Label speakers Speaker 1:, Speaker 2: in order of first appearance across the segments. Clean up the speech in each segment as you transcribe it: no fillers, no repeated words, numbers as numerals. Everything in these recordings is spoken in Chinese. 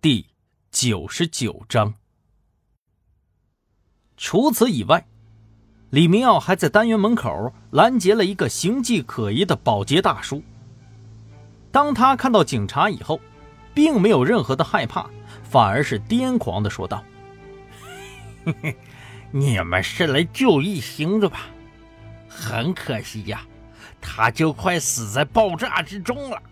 Speaker 1: 第99章。除此以外，李明耀还在单元门口拦截了一个形迹可疑的保洁大叔。当他看到警察以后，并没有任何的害怕，反而是癫狂地说道：
Speaker 2: 你们是来救一星的吧？很可惜呀，他就快死在爆炸之中了。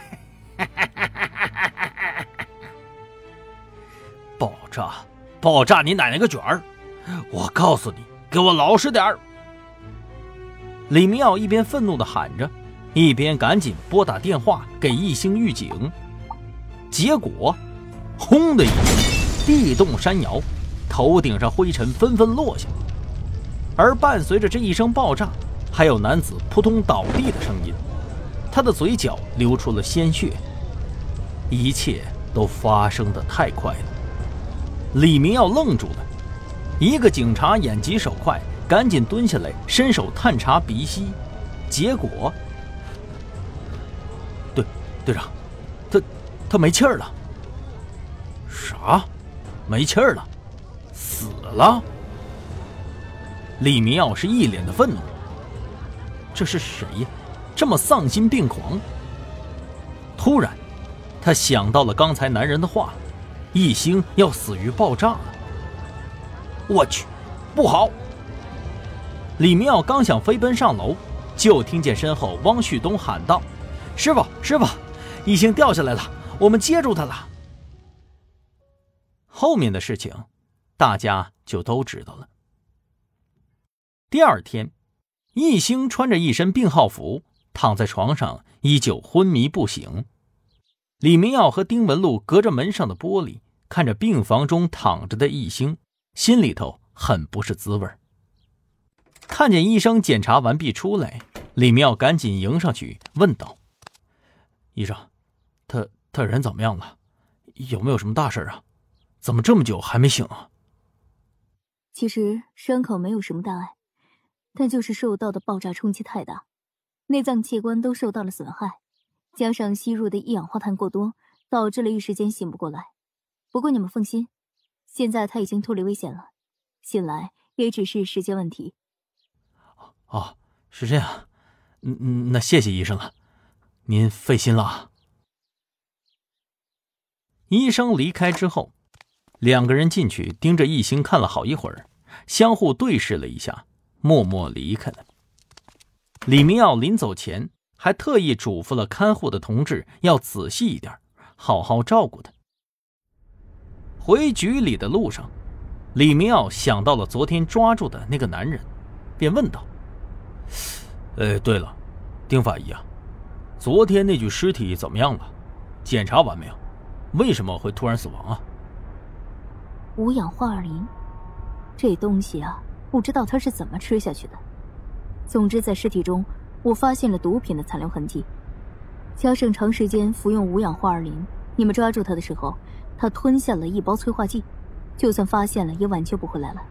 Speaker 1: 爆炸你奶奶个卷儿！我告诉你，给我老实点儿！李明耀一边愤怒地喊着，一边赶紧拨打电话给一星预警。结果轰的一声，地动山摇，头顶上灰尘纷纷落下，而伴随着这一声爆炸，还有男子扑通倒地的声音，他的嘴角流出了鲜血。一切都发生得太快了，李明耀愣住了。一个警察眼疾手快，赶紧蹲下来伸手探查鼻息，结果队长，他没气儿了。啥？没气儿了？死了？李明耀是一脸的愤怒。这是谁呀？这么丧心病狂？突然他想到了刚才男人的话，一星要死于爆炸了。我去，不好！李明耀刚想飞奔上楼，就听见身后汪旭东喊道：师傅，一星掉下来了，我们接住他了。后面的事情大家就都知道了。第二天，一星穿着一身病号服躺在床上，依旧昏迷不醒。李明耀和丁文璐隔着门上的玻璃看着病房中躺着的一星，心里头很不是滋味。看见医生检查完毕出来，李明耀赶紧迎上去问道：医生，他人怎么样了？有没有什么大事啊？怎么这么久还没醒啊？
Speaker 3: 其实伤口没有什么大碍，但就是受到的爆炸冲击太大，内脏器官都受到了损害，加上吸入的一氧化碳过多，导致了一时间醒不过来。不过你们放心，现在他已经脱离危险了，醒来也只是时间问题。
Speaker 1: 哦，是这样。那谢谢医生了，您费心了啊。医生离开之后，两个人进去盯着一星看了好一会儿，相互对视了一下，默默离开了。李明耀临走前还特意嘱咐了看护的同志要仔细一点，好好照顾他。回局里的路上，李明耀想到了昨天抓住的那个男人，便问道：对了，丁法医啊，昨天那具尸体怎么样了？检查完没有？为什么会突然死亡啊？
Speaker 3: 无氧化二磷，这东西啊，不知道他是怎么吃下去的。总之在尸体中我发现了毒品的残留痕迹，加上长时间服用无氧化二磷，你们抓住他的时候，他吞下了一包催化剂，就算发现了也挽救不回来了。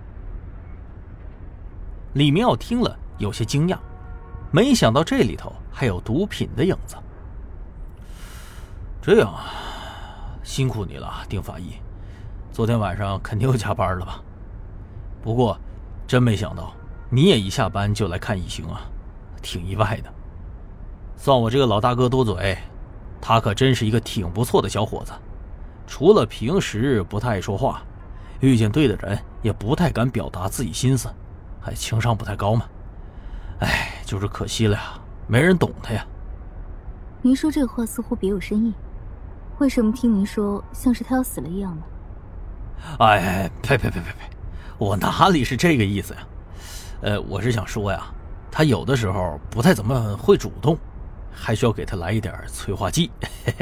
Speaker 1: 李明耀听了有些惊讶，没想到这里头还有毒品的影子。这样啊，辛苦你了，丁法医。昨天晚上肯定又加班了吧？不过真没想到你也一下班就来看一星啊，挺意外的。算我这个老大哥多嘴，他可真是一个挺不错的小伙子，除了平时不太爱说话，遇见对的人也不太敢表达自己心思，还情商不太高嘛。就是可惜了呀，没人懂他呀。
Speaker 3: 您说这话似乎别有深意，为什么听您说像是他要死了一样呢？
Speaker 1: 呸，我哪里是这个意思呀？我是想说呀，他有的时候不太怎么会主动，还需要给他来一点催化剂。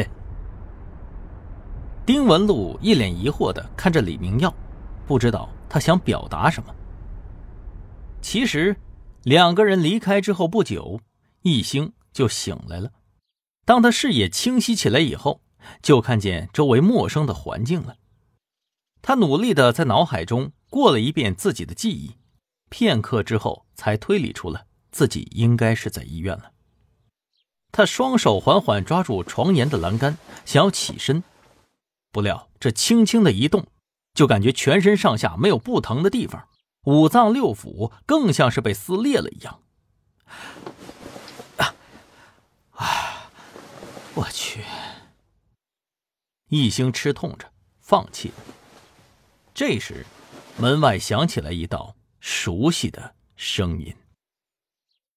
Speaker 1: 丁文璐一脸疑惑地看着李明耀，不知道他想表达什么。其实两个人离开之后不久，一星就醒来了。当他视野清晰起来以后，就看见周围陌生的环境了。他努力地在脑海中过了一遍自己的记忆，片刻之后才推理出了自己应该是在医院了。他双手缓缓抓住床沿的栏杆，想要起身， 不料这轻轻的一动，就感觉全身上下没有不疼的地方，五脏六腑更像是被撕裂了一样。我去！一星吃痛着，放弃了。这时，门外响起来一道熟悉的声音。